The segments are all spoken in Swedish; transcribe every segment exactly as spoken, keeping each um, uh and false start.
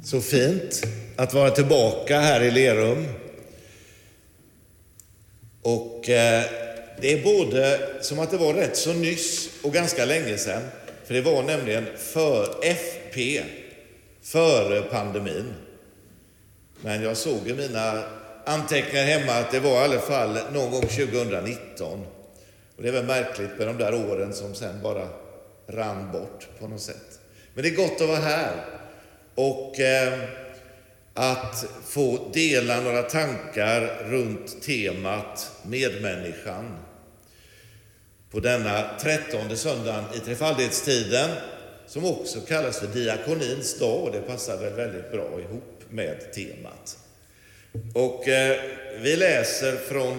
Så fint att vara tillbaka här i Lerum. Och eh, det är både som att det var rätt så nyss och ganska länge sedan. För det var nämligen för F P, före pandemin. Men jag såg i mina anteckningar hemma att det var i alla fall någon gång tjugonitton. Och det är väl märkligt med de där åren som sen bara rann bort på något sätt. Men det är gott att vara här. Och eh, att få dela några tankar runt temat medmänniskan på denna trettonde söndagen i trefaldighetstiden, som också kallas för diakonins dag, och det passar väl väldigt bra ihop med temat. Och eh, vi läser från,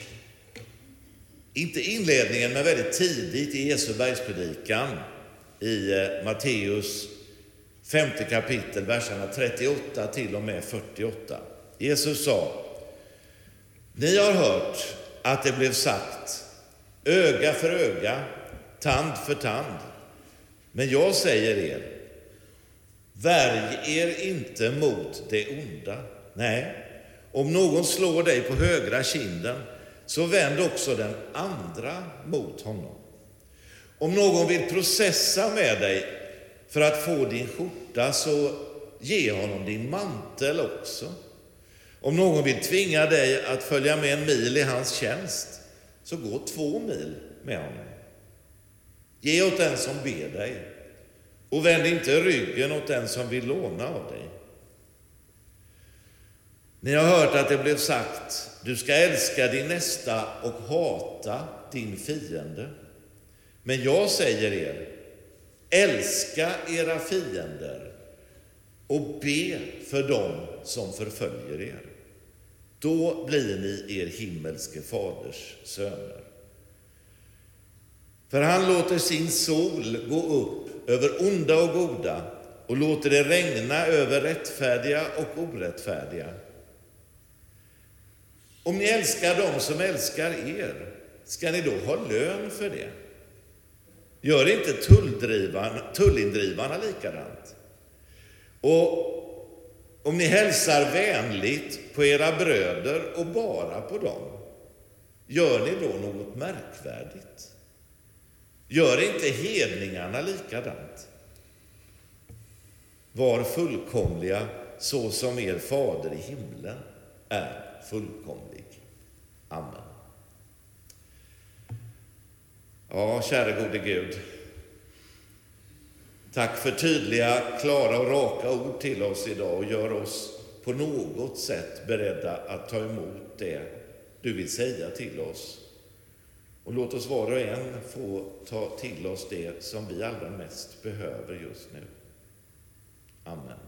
inte inledningen men väldigt tidigt i Jesu bergspredikan i eh, Matteus femte kapitel, verserna trettioåtta till och med fyrtioåtta. Jesus sa: ni har hört att det blev sagt, öga för öga, tand för tand. Men jag säger er, värj er inte mot det onda. Nej, om någon slår dig på högra kinden, så vänd också den andra mot honom. Om någon vill processa med dig för att få din skjorta, så ge honom din mantel också. Om någon vill tvinga dig att följa med en mil i hans tjänst, så gå två mil med honom. Ge åt den som ber dig, och vänd inte ryggen åt den som vill låna av dig. Ni har hört att det blev sagt, du ska älska din nästa och hata din fiende. Men jag säger er, älska era fiender och be för dem som förföljer er. Då blir ni er himmelske faders söner. För han låter sin sol gå upp över onda och goda och låter det regna över rättfärdiga och orättfärdiga. Om ni älskar dem som älskar er, ska ni då ha lön för det? Gör inte tullindrivarna likadant? Och om ni hälsar vänligt på era bröder och bara på dem, gör ni då något märkvärdigt? Gör inte hedningarna likadant? Var fullkomliga så som er fader i himlen är fullkomlig. Amen. Ja, kära gode Gud. Tack för tydliga, klara och raka ord till oss idag, och gör oss på något sätt beredda att ta emot det du vill säga till oss. Och låt oss var och en få ta till oss det som vi allra mest behöver just nu. Amen.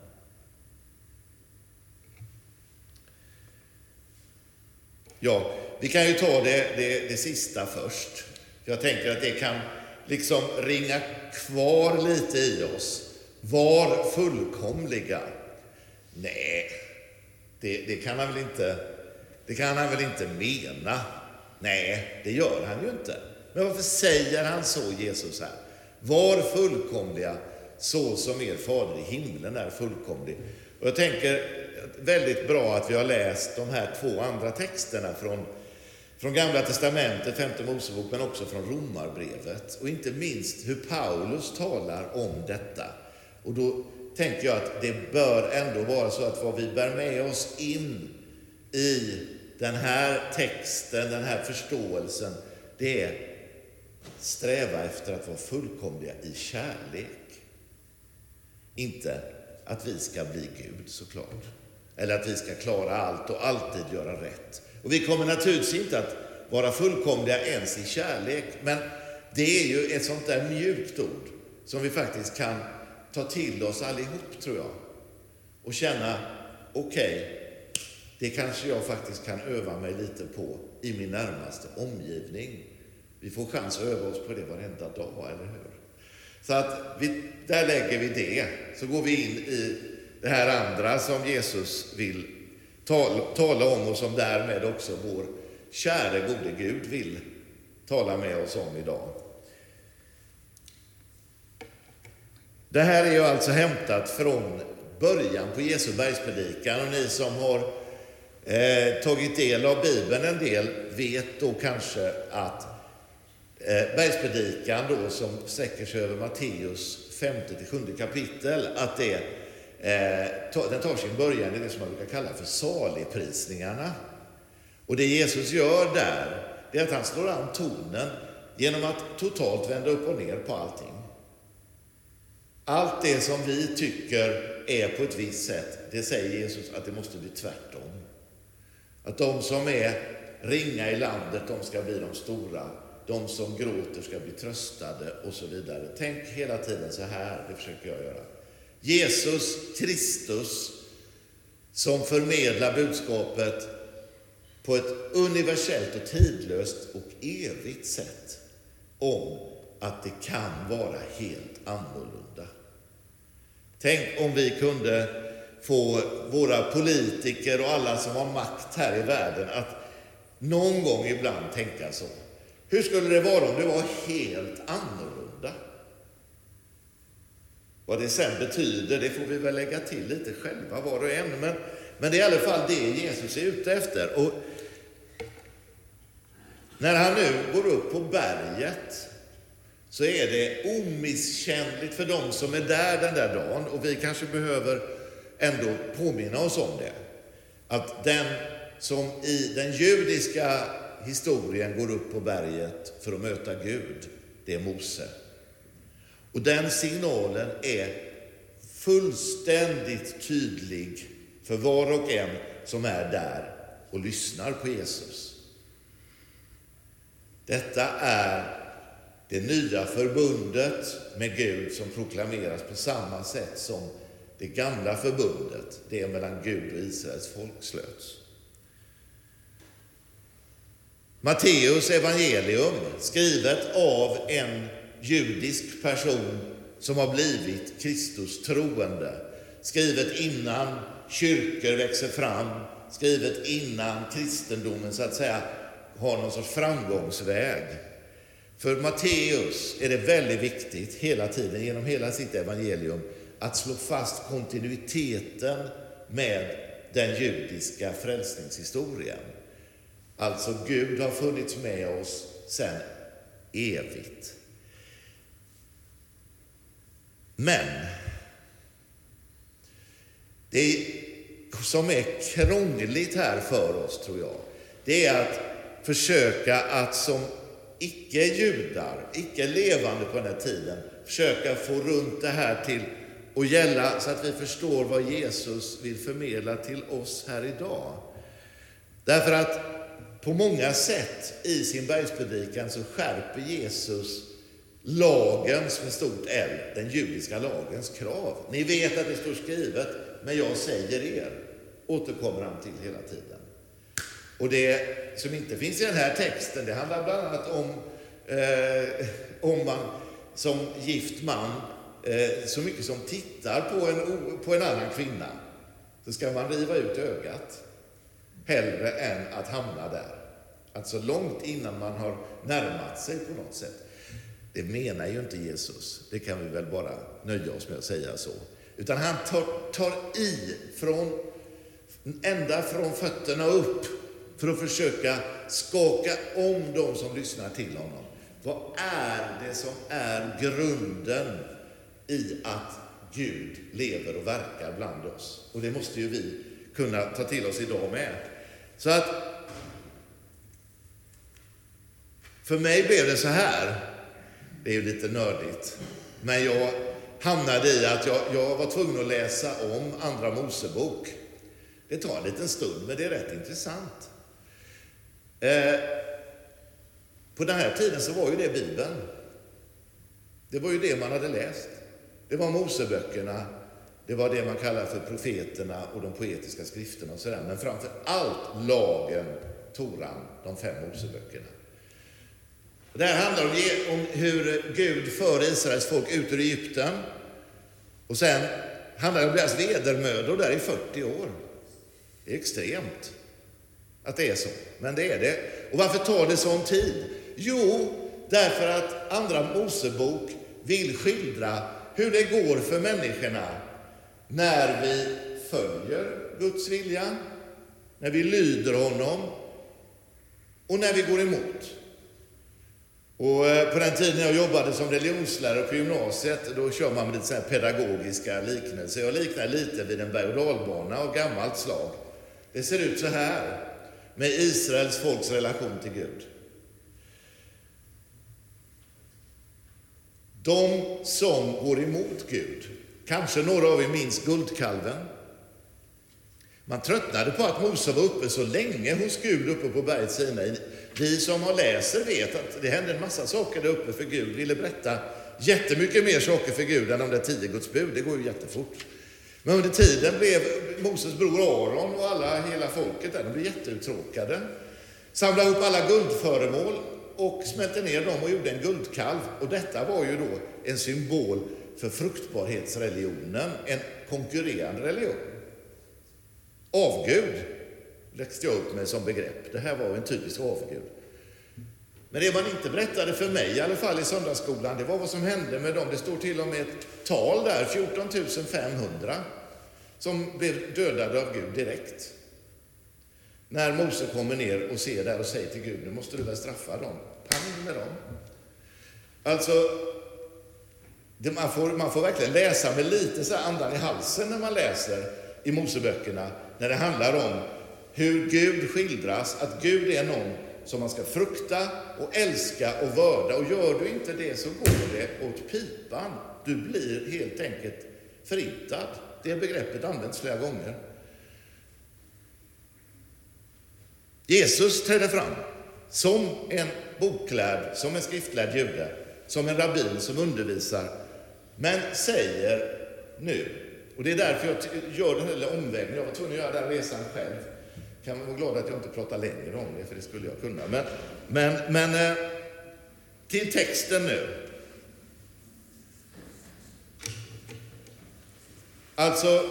Ja, vi kan ju ta det, det, det sista först. Jag tänker att det kan liksom ringa kvar lite i oss. Var fullkomliga. Nej, det, det kan han väl inte, det kan han väl inte mena. Nej, det gör han ju inte. Men varför säger han så, Jesus här? Var fullkomliga så som er fader i himlen är fullkomlig. Och jag tänker väldigt bra att vi har läst de här två andra texterna från, från Gamla testamentet, femte Mosebok, men också från Romarbrevet. Och inte minst hur Paulus talar om detta. Och då tänker jag att det bör ändå vara så att vad vi bär med oss in i den här texten, den här förståelsen, det är sträva efter att vara fullkomliga i kärlek. Inte att vi ska bli Gud, såklart. Eller att vi ska klara allt och alltid göra rätt. Och vi kommer naturligtvis inte att vara fullkomliga ens i kärlek. Men det är ju ett sånt där mjukt ord som vi faktiskt kan ta till oss allihop, tror jag. Och känna, okej, okay, det kanske jag faktiskt kan öva mig lite på i min närmaste omgivning. Vi får chans att öva oss på det varenda dag, eller hur? Så att vi, där lägger vi det. Så går vi in i det här andra som Jesus vill tala, tala om, och som därmed också vår kära gode Gud vill tala med oss om idag. Det här är ju alltså hämtat från början på Jesu bergspredikan. Och ni som har eh, tagit del av Bibeln en del vet då kanske att eh, bergspredikan då, som sträcker sig över Matteus femte till sjunde kapitel, att det, eh, ta, den tar sin början i det som man brukar kalla för saligprisningarna. Och det Jesus gör där, det är att han slår an tonen genom att totalt vända upp och ner på allting. Allt det som vi tycker är på ett visst sätt, det säger Jesus att det måste bli tvärtom. Att de som är ringa i landet, de ska bli de stora. De som gråter ska bli tröstade och så vidare. Tänk hela tiden så här, det försöker jag göra. Jesus Kristus som förmedlar budskapet på ett universellt och tidlöst och evigt sätt om att det kan vara helt annorlunda. Tänk om vi kunde få våra politiker och alla som har makt här i världen att någon gång ibland tänka så. Hur skulle det vara om det var helt annorlunda? Vad det sen betyder, det får vi väl lägga till lite själva var och en. Men, men det är i alla fall det Jesus är ute efter. Och när han nu går upp på berget så är det omisskännligt för dem som är där den där dagen. Och vi kanske behöver ändå påminna oss om det. Att den som i den judiska historien går upp på berget för att möta Gud, det är Mose. Och den signalen är fullständigt tydlig för var och en som är där och lyssnar på Jesus. Detta är det nya förbundet med Gud som proklameras på samma sätt som det gamla förbundet, det är mellan Gud och Israels folk slöts. Matteus evangelium, skrivet av en judisk person som har blivit Kristus troende, skrivet innan kyrkor växer fram, skrivet innan kristendomen så att säga har någon sorts framgångsväg. För Matteus är det väldigt viktigt hela tiden, genom hela sitt evangelium, att slå fast kontinuiteten med den judiska frälsningshistorien. Alltså Gud har funnits med oss sedan evigt. Men det som är krångligt här för oss, tror jag, det är att försöka att som icke-judar, icke-levande på den här tiden, försöka få runt det här till och gälla så att vi förstår vad Jesus vill förmedla till oss här idag. Därför att på många sätt i sin bergspredikan så skärper Jesus lagens med stort L, den judiska lagens krav. Ni vet att det står skrivet, men jag säger er, återkommer han till hela tiden. Och det som inte finns i den här texten, det handlar bland annat om eh, om man som gift man eh, så mycket som tittar på en, på en annan kvinna, så ska man riva ut ögat hellre än att hamna där. Alltså långt innan man har närmat sig på något sätt. Det menar ju inte Jesus. Det kan vi väl bara nöja oss med att säga så. Utan han tar, tar i från, ända från fötterna upp för att försöka skaka om de som lyssnar till honom. Vad är det som är grunden i att Gud lever och verkar bland oss? Och det måste ju vi kunna ta till oss idag med. Så att för mig blev det så här. Det är ju lite nördigt. Men jag hamnade i att jag, jag var tvungen att läsa om Andra Mosebok. Det tar en liten stund, men det är rätt intressant. Eh, på den här tiden så var ju det Bibeln. Det var ju det man hade läst. Det var Moseböckerna. Det var det man kallar för profeterna och de poetiska skrifterna och sådär. Men framför allt lagen, Toran, de fem Moseböckerna. Det här handlar om, om hur Gud för Israels folk ut ur Egypten. Och sen handlar det om deras vedermödor där i fyrtio år. Det är extremt att det är så, men det är det. Och varför tar det sån tid? Jo, därför att Andra Mosebok vill skildra hur det går för människorna när vi följer Guds vilja, när vi lyder honom och när vi går emot. Och på den tiden jag jobbade som religionslärare på gymnasiet, då kör man med lite så här pedagogiska liknelser. Jag liknar lite vid en berg- och dalbana av gammalt slag. Det ser ut så här med Israels folks relation till Gud. De som går emot Gud, kanske några av er minns guldkalven. Man tröttnade på att Mose var uppe så länge hos Gud uppe på berget Sinai. Vi som har läser vet att det hände en massa saker där uppe, för Gud ville berätta jättemycket mer saker för Gud än de där tio Guds bud. Det går ju jättefort. Men under tiden blev Moses bror Aron och alla, hela folket där, de blev jätteuttråkade. Samlade ihop alla guldföremål och smälte ner dem och gjorde en guldkalv. Och detta var ju då en symbol för fruktbarhetsreligionen, en konkurrerande religion. Avgud läxte jag upp med som begrepp. Det här var en typisk avgud. Men det man inte berättade för mig, i alla fall i söndagsskolan, det var vad som hände med dem. Det står till och med ett tal där, fjorton tusen femhundra, som blev dödade av Gud direkt. När Mose kommer ner och ser där och säger till Gud, nu måste du väl straffa dem. Pang med dem. Alltså, det, man, får, man får verkligen läsa med lite så här andan i halsen när man läser i Moseböckerna, när det handlar om hur Gud skildras, att Gud är någon som man ska frukta och älska och vörda. Och gör du inte det så går det åt pipan. Du blir helt enkelt förintad. Det begreppet används flera gånger. Jesus trädde fram som en boklärd, som en skriftlärd jude, som en rabbin som undervisar, men säger nu, och det är därför jag gör den här lilla omvägen, jag var tvungen att göra den resan själv. Kan man vara glad att jag inte pratar längre om det, för det skulle jag kunna. Men, men, men till texten nu. Alltså,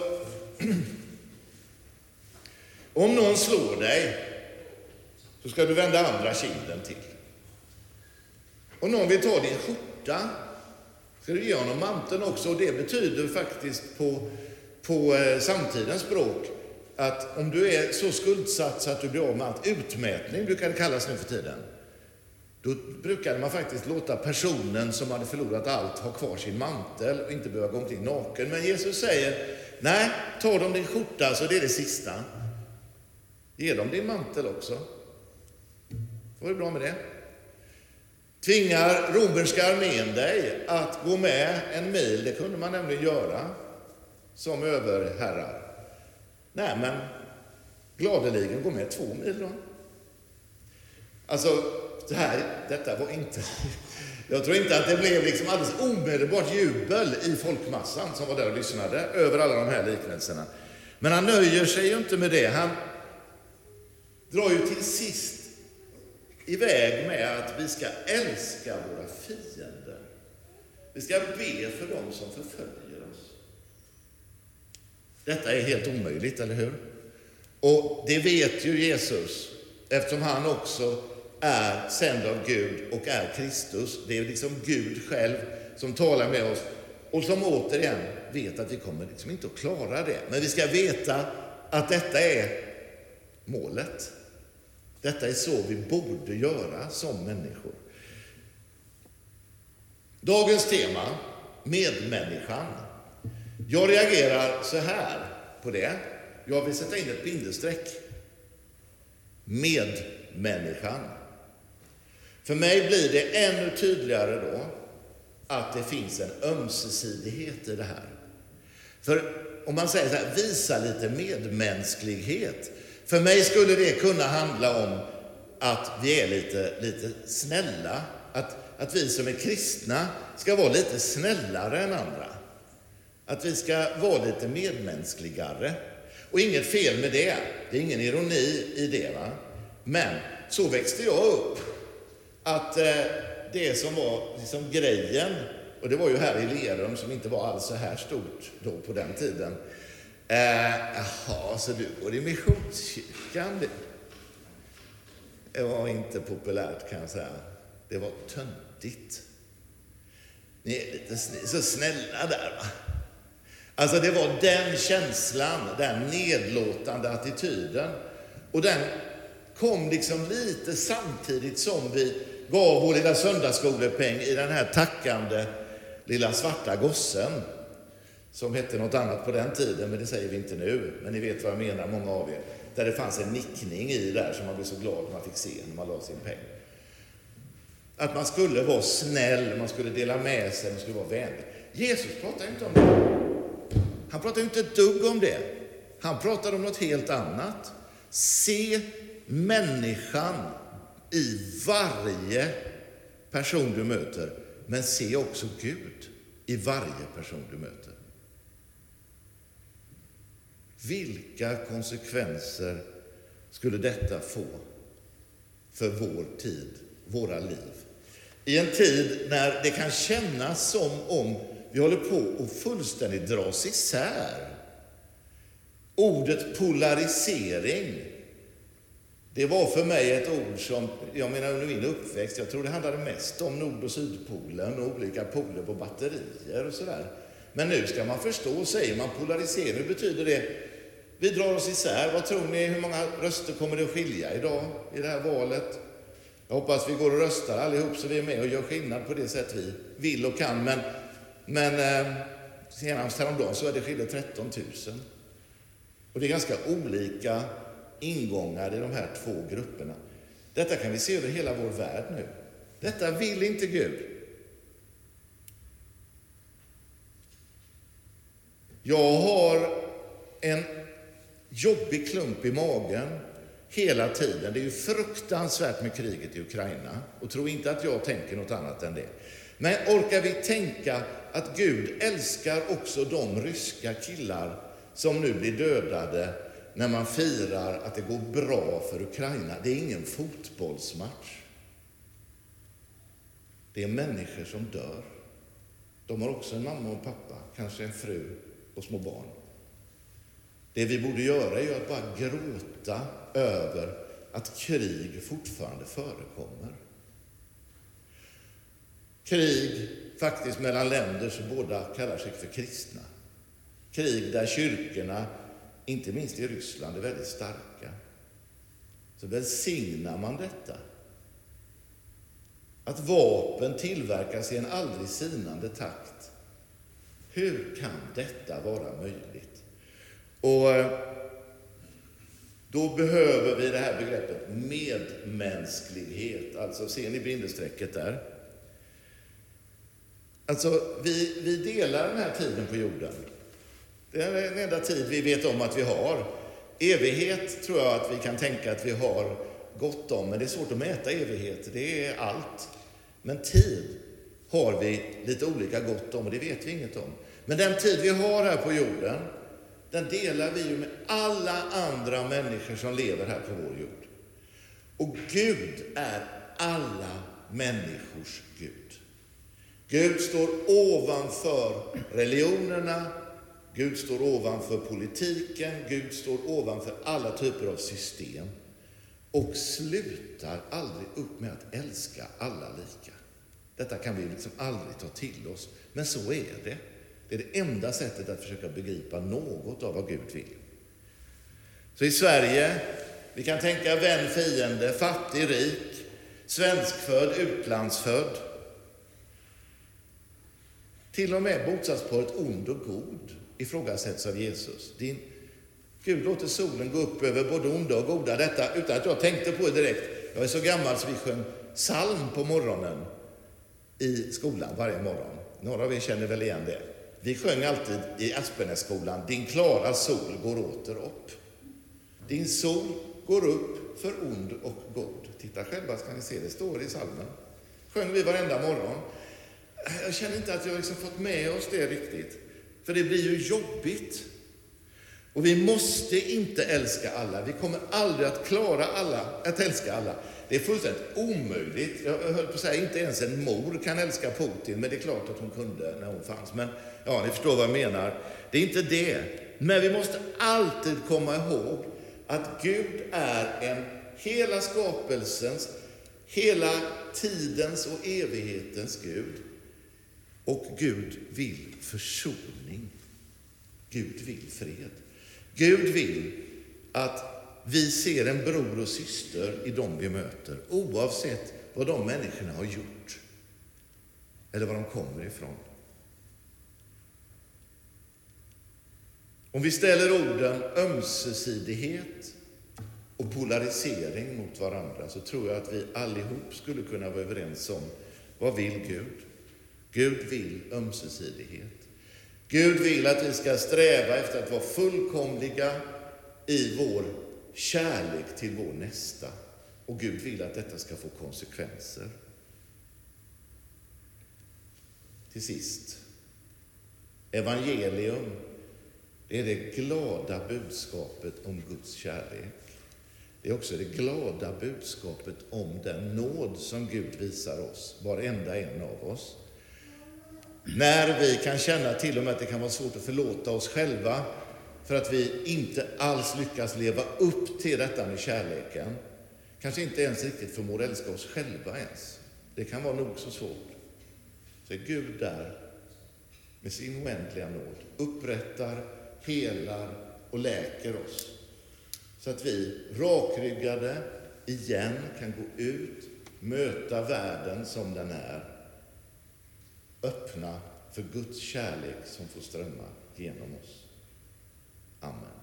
om någon slår dig så ska du vända andra kinden till. Och någon vill ta din skjorta, ska du ge honom manteln också. Och det betyder faktiskt på, på eh, samtidens språk att om du är så skuldsatt så att du blir av med allt, utmätning brukar det kallas nu för tiden, då brukade man faktiskt låta personen som hade förlorat allt ha kvar sin mantel och inte behöva gå omkring naken. Men Jesus säger, nej, ta dem din skjorta, så det är det sista. Ge dem din mantel också. Vad är det bra med det? Tvingar romerska armén dig att gå med en mil, det kunde man nämligen göra som överherrar. Nej, men gladeligen gå med två mil då. Alltså, det här, detta var inte... Jag tror inte att det blev liksom alldeles omedelbart jubel i folkmassan som var där och lyssnade över alla de här liknelserna. Men han nöjer sig ju inte med det. Han drar ju till sist iväg med att vi ska älska våra fiender. Vi ska be för dem som förföljer oss. Detta är helt omöjligt, eller hur? Och det vet ju Jesus, eftersom han också är sänd av Gud och är Kristus. Det är liksom Gud själv som talar med oss och som återigen vet att vi kommer liksom inte att klara det. Men vi ska veta att detta är målet. Detta är så vi borde göra som människor. Dagens tema, medmänniskan. Jag reagerar så här på det. Jag vill sätta in ett bindestreck. Medmänniskan. För mig blir det ännu tydligare då att det finns en ömsesidighet i det här. För om man säger så här, visa lite medmänsklighet. För mig skulle det kunna handla om att vi är lite, lite snälla. Att, att vi som är kristna ska vara lite snällare än andra. Att vi ska vara lite medmänskligare. Och inget fel med det. Det är ingen ironi i det, va? Men så växte jag upp. Att eh, det som var liksom grejen, och det var ju här i Lerum som inte var alls så här stort då på den tiden. Eh, jaha, så du går i missionskyrkan. Det var inte populärt, kan jag säga. Det var töntigt. Ni är lite sn- så snälla där, va? Alltså det var den känslan, den nedlåtande attityden. Och den kom liksom lite samtidigt som vi gav vår lilla söndagsskolepeng i den här tackande lilla svarta gossen. Som hette något annat på den tiden, men det säger vi inte nu. Men ni vet vad jag menar, många av er. Där det fanns en nickning i där som man blev så glad när man fick se när man la sin peng. Att man skulle vara snäll, man skulle dela med sig, man skulle vara vänlig. Jesus pratar inte om det. Han pratar inte ett dugg om det. Han pratar om något helt annat. Se människan i varje person du möter. Men se också Gud i varje person du möter. Vilka konsekvenser skulle detta få för vår tid, våra liv? I en tid när det kan kännas som om vi håller på att fullständigt dras isär. Ordet polarisering, det var för mig ett ord som, jag menar under min uppväxt, jag tror det handlade mest om nord- och sydpolen och olika poler på batterier och sådär. Men nu ska man förstå, säger man polarisering, hur betyder det? Vi drar oss isär. Vad tror ni, hur många röster kommer det att skilja idag i det här valet? Jag hoppas vi går och röstar allihop så vi är med och gör skillnad på det sätt vi vill och kan. Men, men eh, senast häromdagen så är det skilja tretton tusen. Och det är ganska olika ingångar i de här två grupperna. Detta kan vi se över hela vår värld nu. Detta vill inte Gud. Jag har en jobbig klump i magen hela tiden. Det är ju fruktansvärt med kriget i Ukraina. Och tro inte att jag tänker något annat än det. Men orkar vi tänka att Gud älskar också de ryska killar som nu blir dödade när man firar att det går bra för Ukraina? Det är ingen fotbollsmatch. Det är människor som dör. De har också en mamma och pappa, kanske en fru och små barn. Det vi borde göra är att bara gråta över att krig fortfarande förekommer. Krig faktiskt mellan länder som båda kallar sig för kristna. Krig där kyrkorna, inte minst i Ryssland, är väldigt starka. Så välsignar man detta. Att vapen tillverkas i en aldrig sinande takt. Hur kan detta vara möjligt? Och då behöver vi det här begreppet medmänsklighet. Alltså, ser ni bindestrecket där? Alltså, vi, vi delar den här tiden på jorden. Det är den enda tid vi vet om att vi har. Evighet tror jag att vi kan tänka att vi har gott om. Men det är svårt att mäta evighet. Det är allt. Men tid har vi lite olika gott om och det vet vi inget om. Men den tid vi har här på jorden, den delar vi ju med alla andra människor som lever här på vår jord. Och Gud är alla människors Gud. Gud står ovanför religionerna, Gud står ovanför politiken, Gud står ovanför alla typer av system och slutar aldrig upp med att älska alla lika. Detta kan vi liksom aldrig ta till oss, men så är det. Det är det enda sättet att försöka begripa något av vad Gud vill. Så i Sverige, vi kan tänka vän, fiende, fattig, rik, svenskfödd, utlandsfödd. Till och med bostadsparet ond och god ifrågasätts av Jesus. Din Gud låter solen gå upp över både onda och goda. Detta utan att jag tänkte på det direkt. Jag är så gammal så vi sjöng psalm på morgonen i skolan varje morgon. Några av er känner väl igen det. Vi sjöng alltid i Aspenässkolan: din klara sol går åter upp. Din sol går upp för ond och god. Titta själva ska ni se, det står i psalmen. Sjöng vi varenda morgon. Jag känner inte att jag liksom fått med oss det riktigt. För det blir ju jobbigt. Och vi måste inte älska alla. Vi kommer aldrig att klara alla, att älska alla. Det är fullständigt omöjligt. Jag höll på att säga, inte ens en mor kan älska Putin. Men det är klart att hon kunde när hon fanns. Men ja, ni förstår vad jag menar. Det är inte det. Men vi måste alltid komma ihåg att Gud är en hela skapelsens, hela tidens och evighetens Gud. Och Gud vill försoning. Gud vill fred. Gud vill att vi ser en bror och syster i dem vi möter, oavsett vad de människorna har gjort eller var de kommer ifrån. Om vi ställer orden ömsesidighet och polarisering mot varandra, så tror jag att vi allihop skulle kunna vara överens om vad vill Gud? Gud vill ömsesidighet. Gud vill att vi ska sträva efter att vara fullkomliga i vår kärlek till vår nästa. Och Gud vill att detta ska få konsekvenser. Till sist, evangelium, det är det glada budskapet om Guds kärlek. Det är också det glada budskapet om den nåd som Gud visar oss, varenda en av oss. När vi kan känna till och med att det kan vara svårt att förlåta oss själva för att vi inte alls lyckas leva upp till detta med kärleken. Kanske inte ens riktigt förmår älska oss själva ens. Det kan vara nog så svårt. Så är Gud där med sin oändliga nåd upprättar, helar och läker oss. Så att vi rakryggade igen kan gå ut, möta världen som den är. Öppna för Guds kärlek som får strömma genom oss. Amen.